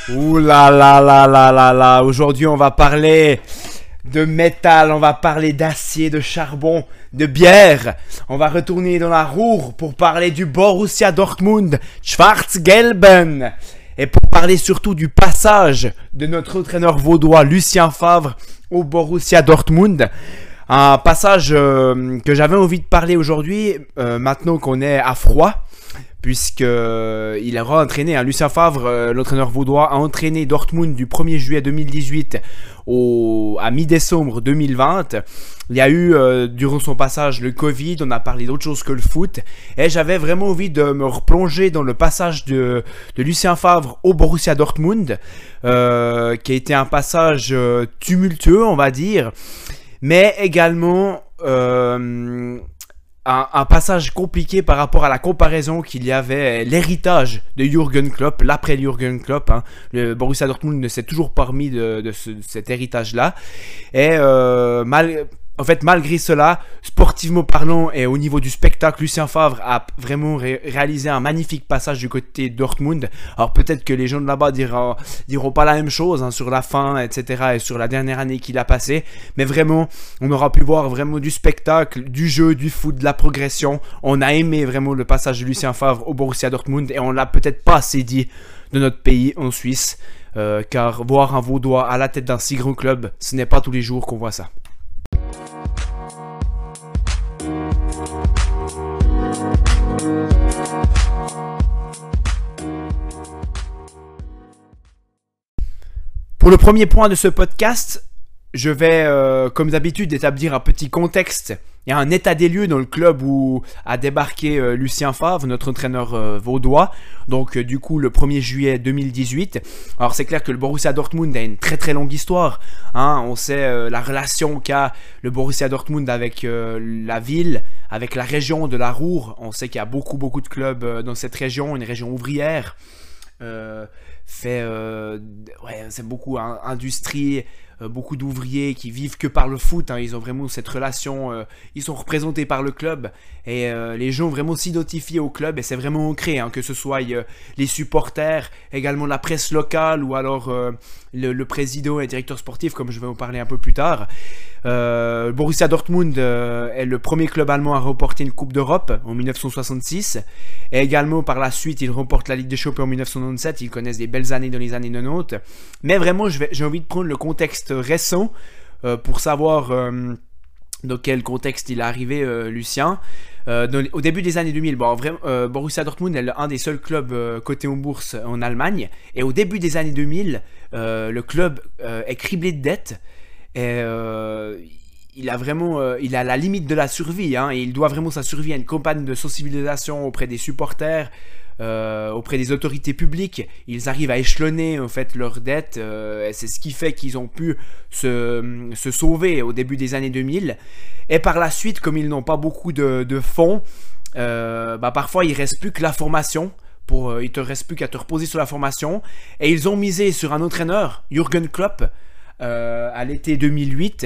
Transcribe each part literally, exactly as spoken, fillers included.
Ouh là là là là là là. Aujourd'hui, on va parler de métal, on va parler d'acier, de charbon, de bière. On va retourner dans la Ruhr pour parler du Borussia Dortmund, Schwarz-Gelben. Et pour parler surtout du passage de notre entraîneur vaudois, Lucien Favre, au Borussia Dortmund. Un passage euh, que j'avais envie de parler aujourd'hui, euh, maintenant qu'on est à froid. Puisqu'il euh, aura entraîné, hein, Lucien Favre, euh, l'entraîneur vaudois, a entraîné Dortmund du premier juillet deux mille dix-huit au, à mi-décembre deux mille vingt. Il y a eu, euh, durant son passage, le Covid, on a parlé d'autre chose que le foot. Et j'avais vraiment envie de me replonger dans le passage de, de Lucien Favre au Borussia Dortmund, euh, qui a été un passage euh, tumultueux, on va dire, mais également... Euh, Un, un passage compliqué par rapport à la comparaison qu'il y avait, l'héritage de Jürgen Klopp, l'après Jürgen Klopp. Hein. Le Borussia Dortmund ne s'est toujours pas remis de, de, ce, de cet héritage-là. Et euh, mal, en fait, malgré cela, sportivement parlant et au niveau du spectacle, Lucien Favre a vraiment ré réalisé un magnifique passage du côté de Dortmund. Alors peut-être que les gens de là-bas diront, diront pas la même chose hein, sur la fin, et cetera et sur la dernière année qu'il a passée. Mais vraiment, on aura pu voir vraiment du spectacle, du jeu, du foot, de la progression. On a aimé vraiment le passage de Lucien Favre au Borussia Dortmund et on l'a peut-être pas assez dit de notre pays en Suisse. Euh, car voir un Vaudois à la tête d'un si grand club, ce n'est pas tous les jours qu'on voit ça. Pour le premier point de ce podcast, je vais, euh, comme d'habitude, établir un petit contexte et un état des lieux dans le club où a débarqué euh, Lucien Favre, notre entraîneur euh, vaudois. Donc, euh, du coup, le premier juillet deux mille dix-huit. Alors, c'est clair que le Borussia Dortmund a une très très longue histoire. Hein. On sait euh, la relation qu'a le Borussia Dortmund avec euh, la ville, avec la région de la Ruhr. On sait qu'il y a beaucoup beaucoup de clubs euh, dans cette région, une région ouvrière. Euh, fait euh, ouais, c'est beaucoup hein, industrie, euh, beaucoup d'ouvriers qui vivent que par le foot hein, ils ont vraiment cette relation, euh, ils sont représentés par le club et euh, les gens vraiment s'identifient au club et c'est vraiment ancré hein, que ce soit euh, les supporters, également la presse locale ou alors euh, le, le président et le directeur sportif comme je vais en parler un peu plus tard. euh, Borussia Dortmund euh, est le premier club allemand à remporter une Coupe d'Europe en mille neuf cent soixante-six et également par la suite il remporte la Ligue des Champions en mille neuf cent quatre-vingt-dix-sept. Ils connaissent des belles années dans les années quatre-vingt-dix, mais vraiment j'ai envie de prendre le contexte récent euh, pour savoir euh, dans quel contexte il est arrivé euh, Lucien. Euh, dans, au début des années deux mille, bon, vraiment, euh, Borussia Dortmund est un des seuls clubs euh, cotés en bourse en Allemagne, et au début des années deux mille, euh, le club euh, est criblé de dettes, et euh, il a vraiment, euh, il est à la limite de la survie, hein, et il doit vraiment sa survie à une campagne de sensibilisation auprès des supporters, Euh, auprès des autorités publiques. Ils arrivent à échelonner en fait leurs dettes euh, et c'est ce qui fait qu'ils ont pu se, se sauver au début des années deux mille. Et par la suite, comme ils n'ont pas beaucoup de, de fonds, euh, bah parfois il ne reste plus que la formation. Pour, euh, il ne te reste plus qu'à te reposer sur la formation. Et ils ont misé sur un entraîneur, Jürgen Klopp, euh, à l'été deux mille huit,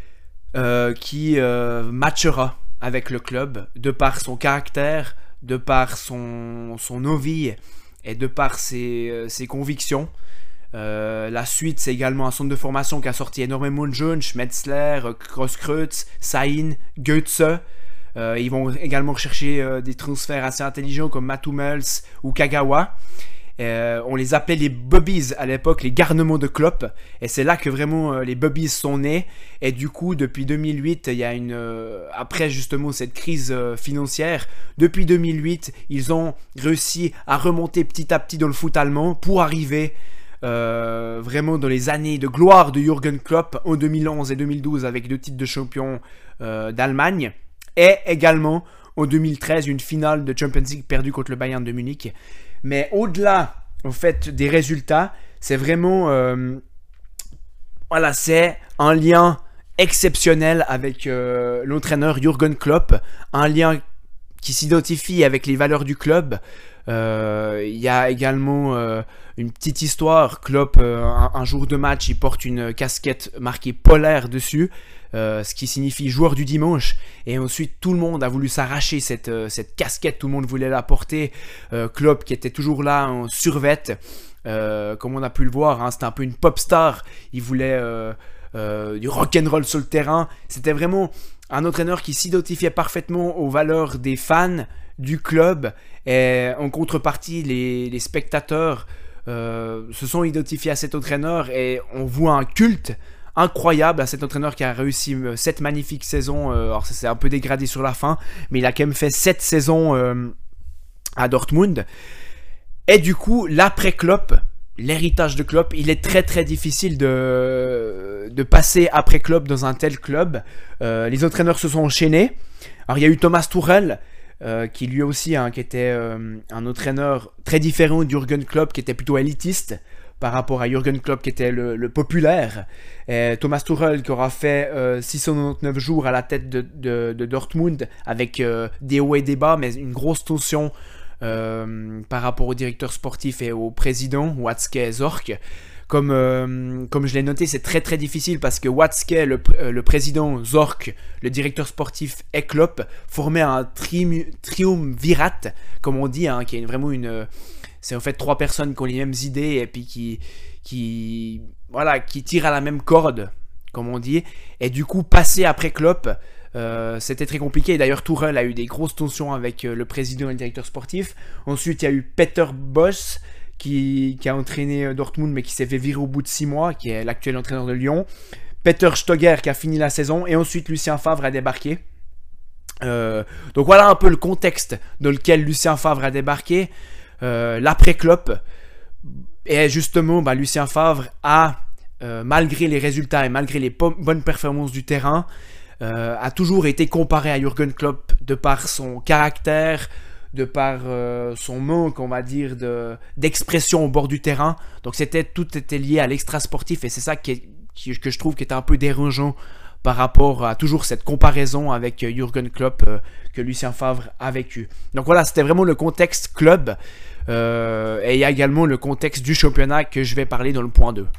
euh, qui euh, matchera avec le club de par son caractère, de par son, son envie et de par ses, euh, ses convictions. Euh, la suite, c'est également un centre de formation qui a sorti énormément de jeunes, Schmetzler, Grosskreutz, Sahin, Goetze. Euh, ils vont également rechercher euh, des transferts assez intelligents comme Matt Hummels ou Kagawa. Euh, on les appelait les Bubbies à l'époque, les garnements de Klopp, et c'est là que vraiment euh, les Bubbies sont nés. Et du coup, depuis deux mille huit, il y a une euh, après justement cette crise euh, financière, depuis deux mille huit, ils ont réussi à remonter petit à petit dans le foot allemand pour arriver euh, vraiment dans les années de gloire de Jürgen Klopp en deux mille onze et deux mille douze avec deux titres de champion euh, d'Allemagne, et également en deux mille treize une finale de Champions League perdue contre le Bayern de Munich. Mais au-delà, en fait, des résultats, c'est vraiment, euh, voilà, c'est un lien exceptionnel avec euh, l'entraîneur Jürgen Klopp, un lien qui s'identifie avec les valeurs du club. Euh, il y a également euh, une petite histoire. Klopp, euh, un, un jour de match, il porte une casquette marquée polaire dessus. Euh, ce qui signifie joueur du dimanche, et ensuite tout le monde a voulu s'arracher cette, euh, cette casquette, tout le monde voulait la porter. euh, Klopp qui était toujours là en survêt Euh, comme on a pu le voir, hein, c'était un peu une pop star. Il voulait euh, euh, du rock'n'roll sur le terrain. C'était vraiment un entraîneur qui s'identifiait parfaitement aux valeurs des fans du club. Et en contrepartie, les, les spectateurs euh, se sont identifiés à cet entraîneur et on voit un culte incroyable à cet entraîneur qui a réussi sept magnifiques saisons. Euh, alors ça s'est un peu dégradé sur la fin, mais il a quand même fait sept saisons euh, à Dortmund. Et du coup, l'après-Klopp, l'héritage de Klopp, il est très très difficile de, de passer après Klopp dans un tel club. Euh, les entraîneurs se sont enchaînés. Alors il y a eu Thomas Tuchel, euh, qui lui aussi hein, qui était euh, un entraîneur très différent d'Jürgen Klopp, qui était plutôt élitiste par rapport à Jürgen Klopp qui était le, le populaire. Et Thomas Tuchel qui aura fait euh, six cent quatre-vingt-dix-neuf jours à la tête de, de, de Dortmund avec euh, des hauts et des bas, mais une grosse tension Euh, par rapport au directeur sportif et au président Watzke Zorc. Comme, euh, comme je l'ai noté, c'est très très difficile parce que Watzke, le, euh, le président, Zorc, le directeur sportif et Klopp formaient un tri triumvirat, comme on dit, hein, qui est vraiment une... C'est en fait trois personnes qui ont les mêmes idées et puis qui, qui, voilà, qui tirent à la même corde, comme on dit. Et du coup, passer après Klopp, Euh, c'était très compliqué. D'ailleurs, Tuchel a eu des grosses tensions avec euh, le président et le directeur sportif. Ensuite, il y a eu Peter Bosz qui, qui a entraîné Dortmund mais qui s'est fait virer au bout de six mois, qui est l'actuel entraîneur de Lyon. Peter Stöger qui a fini la saison. Et ensuite, Lucien Favre a débarqué. Euh, donc voilà un peu le contexte dans lequel Lucien Favre a débarqué. Euh, L'après-Klopp. Et justement, bah, Lucien Favre a, euh, malgré les résultats et malgré les bonnes performances du terrain, Euh, a toujours été comparé à Jürgen Klopp de par son caractère, de par euh, son manque, on va dire, de, d'expression au bord du terrain. Donc c'était, tout était lié à l'extra-sportif et c'est ça qui est, qui, que je trouve qui est un peu dérangeant par rapport à toujours cette comparaison avec Jürgen Klopp euh, que Lucien Favre a vécu. Donc voilà, c'était vraiment le contexte club euh, et il y a également le contexte du championnat que je vais parler dans le point deux.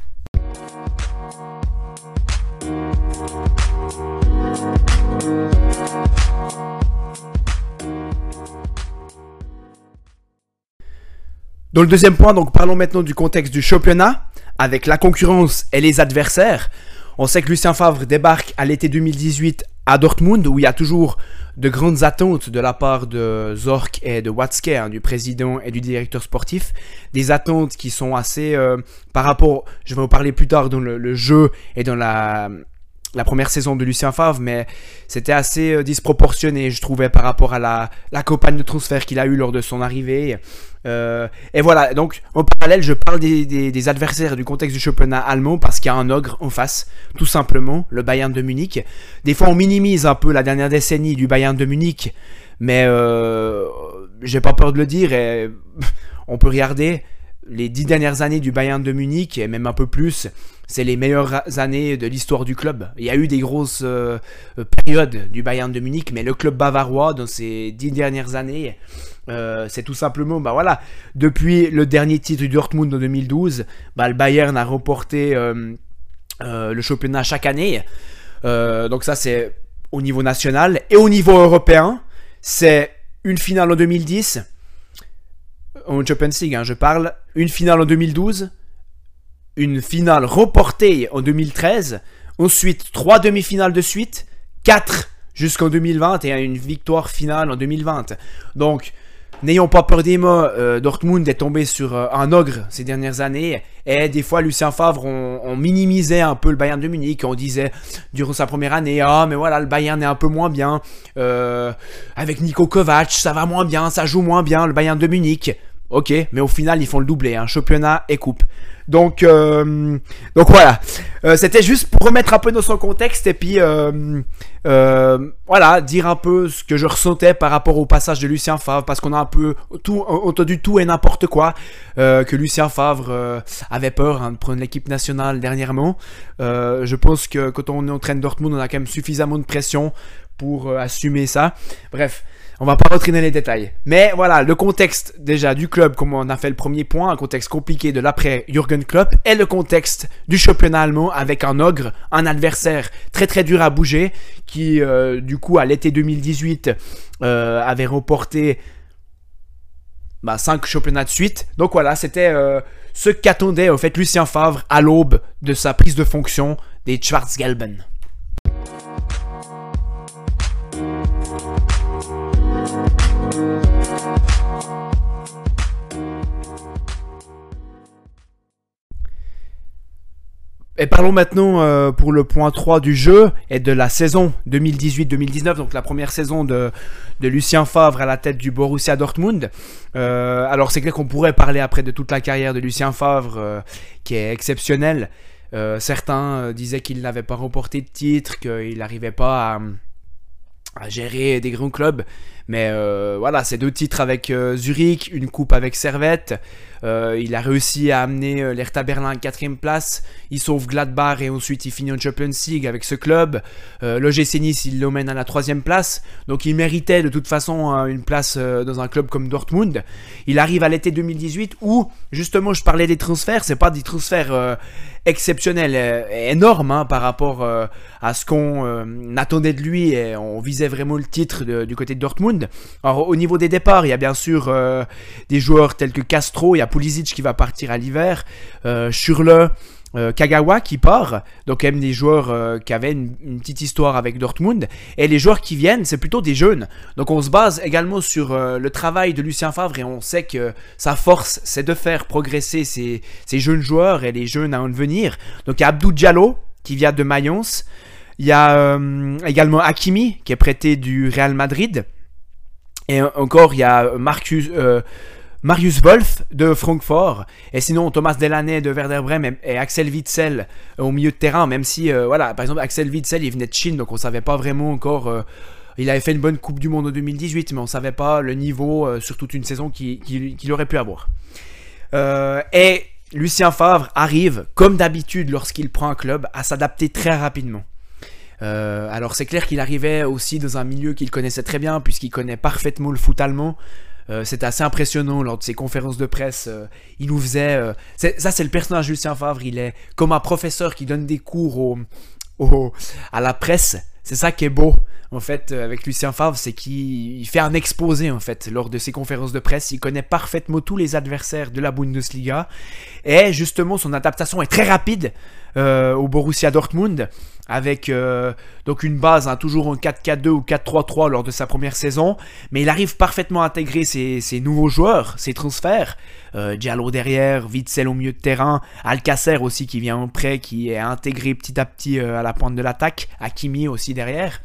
Dans le deuxième point, donc parlons maintenant du contexte du championnat, avec la concurrence et les adversaires. On sait que Lucien Favre débarque à l'été deux mille dix-huit à Dortmund, où il y a toujours de grandes attentes de la part de Zorc et de Watzke, hein, du président et du directeur sportif. Des attentes qui sont assez, euh, par rapport, je vais en parler plus tard dans le, le jeu et dans la... la première saison de Lucien Favre, mais c'était assez euh, disproportionné, je trouvais, par rapport à la, la campagne de transfert qu'il a eue lors de son arrivée. Euh, et voilà, donc en parallèle, je parle des, des, des adversaires du contexte du championnat allemand parce qu'il y a un ogre en face, tout simplement, le Bayern de Munich. Des fois, on minimise un peu la dernière décennie du Bayern de Munich, mais euh, j'ai pas peur de le dire, et on peut regarder les dix dernières années du Bayern de Munich, et même un peu plus, c'est les meilleures années de l'histoire du club. Il y a eu des grosses euh, périodes du Bayern de Munich, mais le club bavarois, dans ces dix dernières années, euh, c'est tout simplement, bah voilà, depuis le dernier titre du Dortmund en deux mille douze, bah, le Bayern a remporté euh, euh, le championnat chaque année. Euh, donc ça, c'est au niveau national. Et au niveau européen, c'est une finale en deux mille dix, en Champions League, hein, je parle, une finale en deux mille douze, une finale remportée en deux mille treize, ensuite trois demi-finales de suite, quatre jusqu'en deux mille vingt et une victoire finale en deux mille vingt. Donc, n'ayons pas peur des mots, euh, Dortmund est tombé sur euh, un ogre ces dernières années, et des fois Lucien Favre, on, on minimisait un peu le Bayern de Munich, on disait durant sa première année, ah mais voilà, le Bayern est un peu moins bien, euh, avec Niko Kovac, ça va moins bien, ça joue moins bien, le Bayern de Munich. Ok, mais au final, ils font le doublé, hein, championnat et coupe. Donc, euh, donc voilà, euh, c'était juste pour remettre un peu dans son contexte et puis euh, euh, voilà, dire un peu ce que je ressentais par rapport au passage de Lucien Favre, parce qu'on a un peu tout, entendu tout et n'importe quoi, euh, que Lucien Favre euh, avait peur hein, de prendre l'équipe nationale dernièrement. Euh, je pense que quand on entraîne Dortmund, on a quand même suffisamment de pression pour euh, assumer ça. Bref. On va pas rentrer dans les détails. Mais voilà, le contexte déjà du club, comme on a fait le premier point, un contexte compliqué de l'après Jürgen Klopp, et le contexte du championnat allemand avec un ogre, un adversaire très très dur à bouger, qui euh, du coup à l'été deux mille dix-huit euh, avait remporté bah, cinq championnats de suite. Donc voilà, c'était euh, ce qu'attendait au fait Lucien Favre à l'aube de sa prise de fonction des Schwarzgelben. Et parlons maintenant euh, pour le point trois du jeu et de la saison deux mille dix-huit deux mille dix-neuf, donc la première saison de, de Lucien Favre à la tête du Borussia Dortmund. Euh, alors c'est clair qu'on pourrait parler après de toute la carrière de Lucien Favre euh, qui est exceptionnelle. Euh, certains euh, disaient qu'il n'avait pas remporté de titre, qu'il n'arrivait pas à, à gérer des grands clubs. Mais euh, voilà, c'est deux titres avec euh, Zurich, une coupe avec Servette. Euh, il a réussi à amener euh, l'Hertha Berlin à quatrième place. Il sauve Gladbach et ensuite il finit en Champions League avec ce club. Euh, L'O G C Nice, il l'emmène à la troisième place. Donc il méritait de toute façon euh, une place euh, dans un club comme Dortmund. Il arrive à l'été deux mille dix-huit où justement je parlais des transferts. C'est pas des transferts euh, exceptionnels, euh, énormes hein, par rapport euh, à ce qu'on euh, attendait de lui. Et on visait vraiment le titre de, du côté de Dortmund. Alors au niveau des départs, il y a bien sûr euh, des joueurs tels que Castro, il y a Pulisic qui va partir à l'hiver, euh, Schürrle, euh, Kagawa qui part, donc quand même des joueurs euh, qui avaient une, une petite histoire avec Dortmund, et les joueurs qui viennent, c'est plutôt des jeunes. Donc on se base également sur euh, le travail de Lucien Favre, et on sait que sa force, c'est de faire progresser ces, ces jeunes joueurs et les jeunes à en devenir. Donc il y a Abdou Diallo qui vient de Mayence, il y a euh, également Hakimi qui est prêté du Real Madrid, et encore, il y a Marcus, euh, Marius Wolf de Francfort. Et sinon, Thomas Delaney de Werder Bremen et, et Axel Witsel au milieu de terrain. Même si, euh, voilà, par exemple, Axel Witsel, il venait de Chine, donc on ne savait pas vraiment encore... Euh, il avait fait une bonne Coupe du Monde en deux mille dix-huit, mais on ne savait pas le niveau euh, sur toute une saison qu'il qu'il, qu'il aurait pu avoir. Euh, et Lucien Favre arrive, comme d'habitude, lorsqu'il prend un club, à s'adapter très rapidement. Euh, alors c'est clair qu'il arrivait aussi dans un milieu qu'il connaissait très bien puisqu'il connaît parfaitement le foot allemand. Euh, c'était assez impressionnant lors de ses conférences de presse. Euh, il nous faisait... Euh, ça c'est le personnage de Lucien Favre, il est comme un professeur qui donne des cours au, au, à la presse. C'est ça qui est beau en fait avec Lucien Favre, c'est qu'il fait un exposé en fait lors de ses conférences de presse. Il connaît parfaitement tous les adversaires de la Bundesliga et justement son adaptation est très rapide euh, au Borussia Dortmund avec euh, donc une base hein, toujours en quatre quatre deux ou quatre trois trois lors de sa première saison, mais il arrive parfaitement à intégrer ses, ses nouveaux joueurs, ses transferts. Euh, Diallo derrière, Witsel au milieu de terrain, Alcacer aussi qui vient en prêt, qui est intégré petit à petit euh, à la pointe de l'attaque, Hakimi aussi derrière.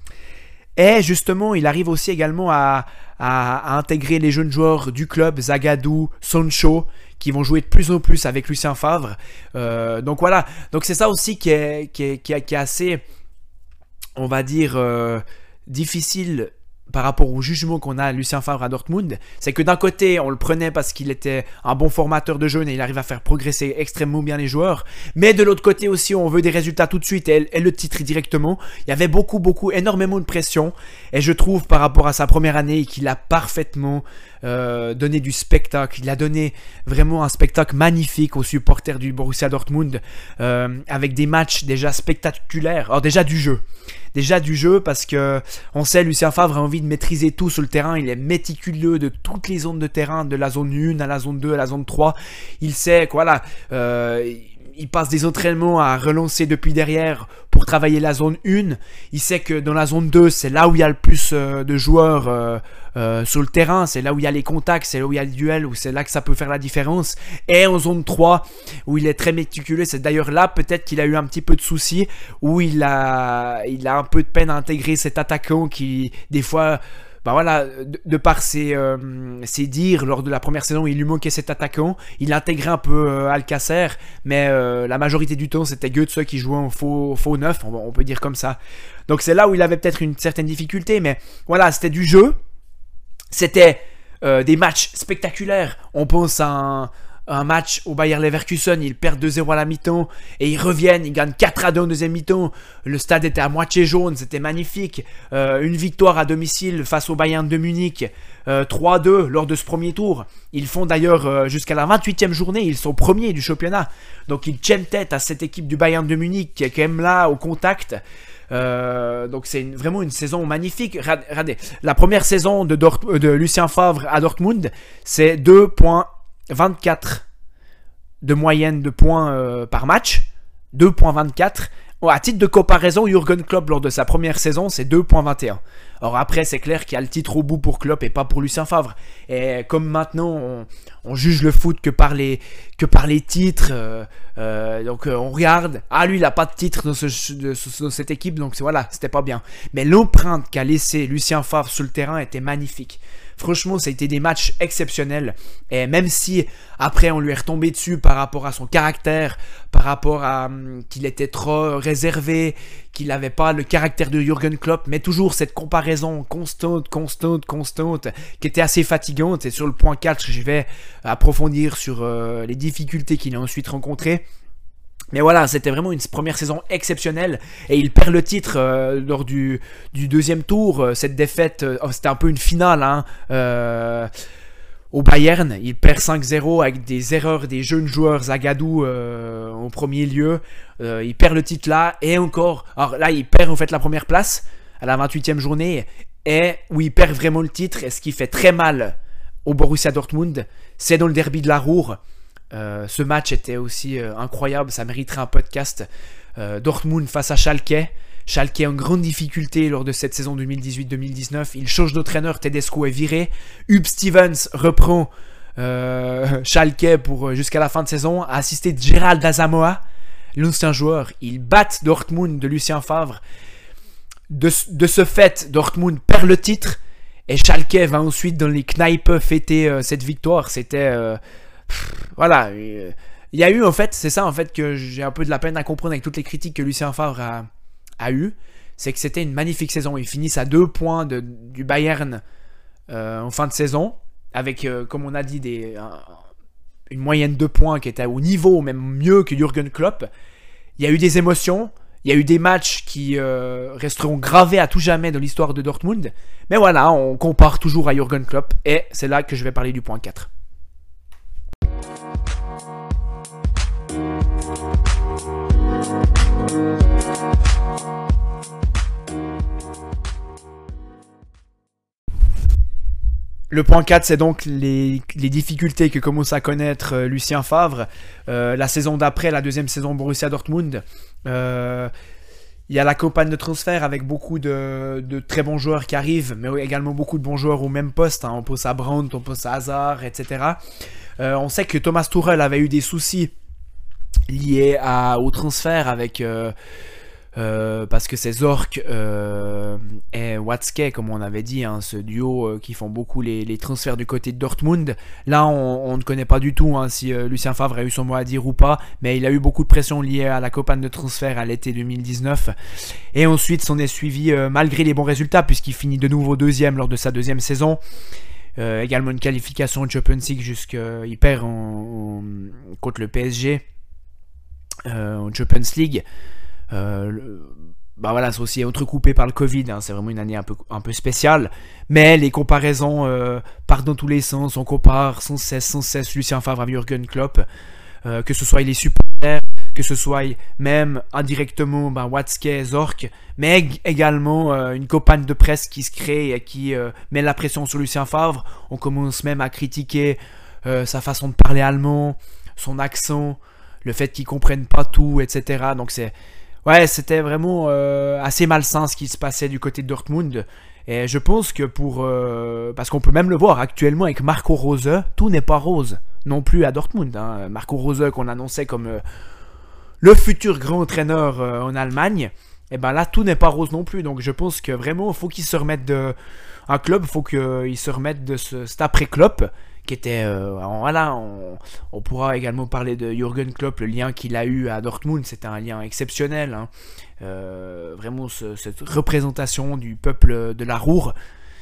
Et justement, il arrive aussi également à, à, à intégrer les jeunes joueurs du club, Zagadou, Sancho, qui vont jouer de plus en plus avec Lucien Favre. Euh, donc voilà, donc c'est ça aussi qui est, qui est, qui est, qui est assez, on va dire, euh, difficile par rapport au jugement qu'on a à Lucien Favre à Dortmund. C'est que d'un côté, on le prenait parce qu'il était un bon formateur de jeunes et il arrive à faire progresser extrêmement bien les joueurs. Mais de l'autre côté aussi, on veut des résultats tout de suite et, et le titre directement. Il y avait beaucoup, beaucoup, énormément de pression. Et je trouve par rapport à sa première année qu'il a parfaitement euh, donné du spectacle. Il a donné vraiment un spectacle magnifique aux supporters du Borussia Dortmund euh, avec des matchs déjà spectaculaires. Alors déjà du jeu. Déjà du jeu parce que on sait Lucien Favre a envie de maîtriser tout sur le terrain, il est méticuleux de toutes les zones de terrain, de la zone un à la zone deux à la zone trois, il sait que voilà, euh, il passe des entraînements à relancer depuis derrière pour travailler la zone un, il sait que dans la zone deux c'est là où il y a le plus euh, de joueurs euh, euh, sur le terrain, c'est là où il y a les contacts, c'est là où il y a les duels, où c'est là que ça peut faire la différence. Et en zone trois où il est très méticuleux, c'est d'ailleurs là peut-être qu'il a eu un petit peu de soucis, où il a, il a un peu de peine à intégrer cet attaquant qui des fois... Bah voilà, de, de par ses, euh, ses dires lors de la première saison, il lui manquait cet attaquant. Il intégrait un peu euh, Alcacer, mais euh, la majorité du temps, c'était Götze qui jouait en faux, faux neuf, on, on peut dire comme ça. Donc c'est là où il avait peut-être une certaine difficulté, mais voilà, c'était du jeu. C'était euh, des matchs spectaculaires. On pense à un... un match au Bayer Leverkusen, ils perdent deux zéro à la mi-temps et ils reviennent, ils gagnent quatre à deux en deuxième mi-temps. Le stade était à moitié jaune, c'était magnifique. Euh, une victoire à domicile face au Bayern de Munich, euh, trois à deux lors de ce premier tour. Ils font d'ailleurs euh, jusqu'à la vingt-huitième journée, ils sont premiers du championnat. Donc ils tiennent tête à cette équipe du Bayern de Munich qui est quand même là au contact. Euh, donc c'est une, vraiment une saison magnifique. Regardez, la première saison de, Dort, de Lucien Favre à Dortmund, c'est deux virgule vingt-quatre de moyenne de points euh, par match. deux virgule vingt-quatre. À titre de comparaison, Jürgen Klopp lors de sa première saison, c'est deux virgule vingt et un. Alors après, c'est clair qu'il y a le titre au bout pour Klopp et pas pour Lucien Favre. Et comme maintenant, on, on juge le foot que par les, que par les titres, euh, euh, donc euh, on regarde, ah lui il a pas de titre dans, ce, de, dans cette équipe, donc voilà, c'était pas bien. Mais l'empreinte qu'a laissé Lucien Favre sur le terrain était magnifique. Franchement, ça a été des matchs exceptionnels. Et même si après on lui est retombé dessus par rapport à son caractère, par rapport à hum, qu'il était trop réservé, qu'il n'avait pas le caractère de Jürgen Klopp, mais toujours cette comparaison constante, constante, constante, qui était assez fatigante. Et sur le point quatre, je vais approfondir sur euh, les difficultés qu'il a ensuite rencontrées. Mais voilà, c'était vraiment une première saison exceptionnelle et il perd le titre euh, lors du, du deuxième tour. Cette défaite, euh, c'était un peu une finale hein, euh, au Bayern. Il perd cinq zéro avec des erreurs des jeunes joueurs, Zagadou euh, en premier lieu. Euh, il perd le titre là et encore. Alors là, il perd en fait la première place à la vingt-huitième journée et où il perd vraiment le titre. Et ce qui fait très mal au Borussia Dortmund, c'est dans le derby de la Ruhr. Euh, ce match était aussi euh, incroyable, ça mériterait un podcast. Euh, Dortmund face à Schalke. Schalke en grande difficulté lors de cette saison deux mille dix-huit deux mille dix-neuf. Il change d'entraîneur, Tedesco est viré. Huub Stevens reprend euh, Schalke pour jusqu'à la fin de saison. Assisté de Gérald Asamoah, l'ancien joueur. Ils battent Dortmund de Lucien Favre. De, de ce fait, Dortmund perd le titre. Et Schalke va ensuite dans les Kneipe fêter euh, cette victoire. C'était... Euh, Voilà, il y a eu en fait, c'est ça en fait que j'ai un peu de la peine à comprendre avec toutes les critiques que Lucien Favre a, a eu, c'est que c'était une magnifique saison. Ils finissent à deux points de, du Bayern euh, en fin de saison, avec euh, comme on a dit des, un, une moyenne de points qui était au niveau, même mieux que Jürgen Klopp. Il y a eu des émotions, il y a eu des matchs qui euh, resteront gravés à tout jamais dans l'histoire de Dortmund, mais voilà, on compare toujours à Jürgen Klopp et c'est là que je vais parler du point quatre. Le point quatre, c'est donc les, les difficultés que commence à connaître euh, Lucien Favre. Euh, la saison d'après, la deuxième saison Borussia Dortmund, euh, il y a la campagne de transfert avec beaucoup de, de très bons joueurs qui arrivent, mais également beaucoup de bons joueurs au même poste. Hein. On pense à Brandt, on pense à Hazard, et cetera. Euh, on sait que Thomas Tuchel avait eu des soucis liés à, au transfert avec... Euh, Euh, parce que c'est Zorc euh, et Watzke, comme on avait dit, hein, ce duo euh, qui font beaucoup les, les transferts du côté de Dortmund. Là, on, on ne connaît pas du tout hein, si euh, Lucien Favre a eu son mot à dire ou pas, mais il a eu beaucoup de pression liée à la campagne de transfert à l'été deux mille dix-neuf. Et ensuite, s'en est suivi euh, malgré les bons résultats, puisqu'il finit de nouveau deuxième lors de sa deuxième saison. Euh, également une qualification de Champions League jusqu'il perd en, en, contre le P S G euh, en Champions League. Euh, le, bah voilà, c'est aussi entrecoupé par le Covid, hein, c'est vraiment une année un peu, un peu spéciale, mais les comparaisons euh, partent dans tous les sens, on compare sans cesse, sans cesse Lucien Favre à Jürgen Klopp, euh, que ce soit les supporters, que ce soit même indirectement bah, Watzke, Zorc, mais également euh, une campagne de presse qui se crée et qui euh, met la pression sur Lucien Favre. On commence même à critiquer euh, sa façon de parler allemand, son accent, le fait qu'il ne comprenne pas tout, et cetera. Donc c'est... Ouais, c'était vraiment euh, assez malsain ce qui se passait du côté de Dortmund. Et je pense que pour... Euh, parce qu'on peut même le voir actuellement avec Marco Rose, tout n'est pas rose non plus à Dortmund. Hein. Marco Rose qu'on annonçait comme euh, le futur grand entraîneur euh, en Allemagne. Et ben là, tout n'est pas rose non plus. Donc je pense que vraiment, il faut qu'il se remette de... Un club, il faut qu'il se remette de ce, cet après-Klopp qui était... Euh, voilà, on, on pourra également parler de Jürgen Klopp, le lien qu'il a eu à Dortmund, c'était un lien exceptionnel. Hein. Euh, vraiment, ce, cette représentation du peuple de la Ruhr,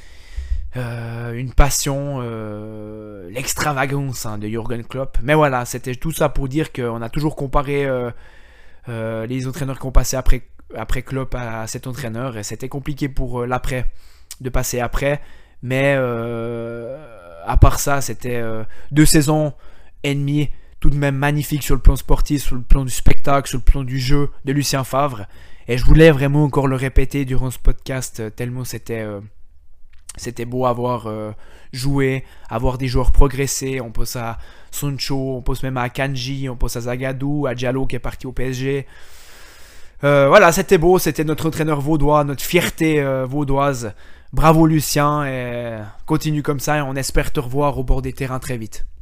euh, une passion, euh, l'extravagance hein, de Jürgen Klopp. Mais voilà, c'était tout ça pour dire qu'on a toujours comparé euh, euh, les entraîneurs qui ont passé après, après Klopp à, à cet entraîneur, et c'était compliqué pour euh, l'après, de passer après, mais... Euh, à part ça, c'était euh, deux saisons et demie tout de même magnifique sur le plan sportif, sur le plan du spectacle, sur le plan du jeu de Lucien Favre. Et je voulais vraiment encore le répéter durant ce podcast, tellement c'était euh, c'était beau à voir euh, jouer, à voir des joueurs progresser. On pense à Sancho, on pense même à Kanji, on pense à Zagadou, à Diallo qui est parti au P S G. Euh, voilà, c'était beau, c'était notre entraîneur vaudois, notre fierté euh, vaudoise. Bravo Lucien, et continue comme ça et on espère te revoir au bord des terrains très vite.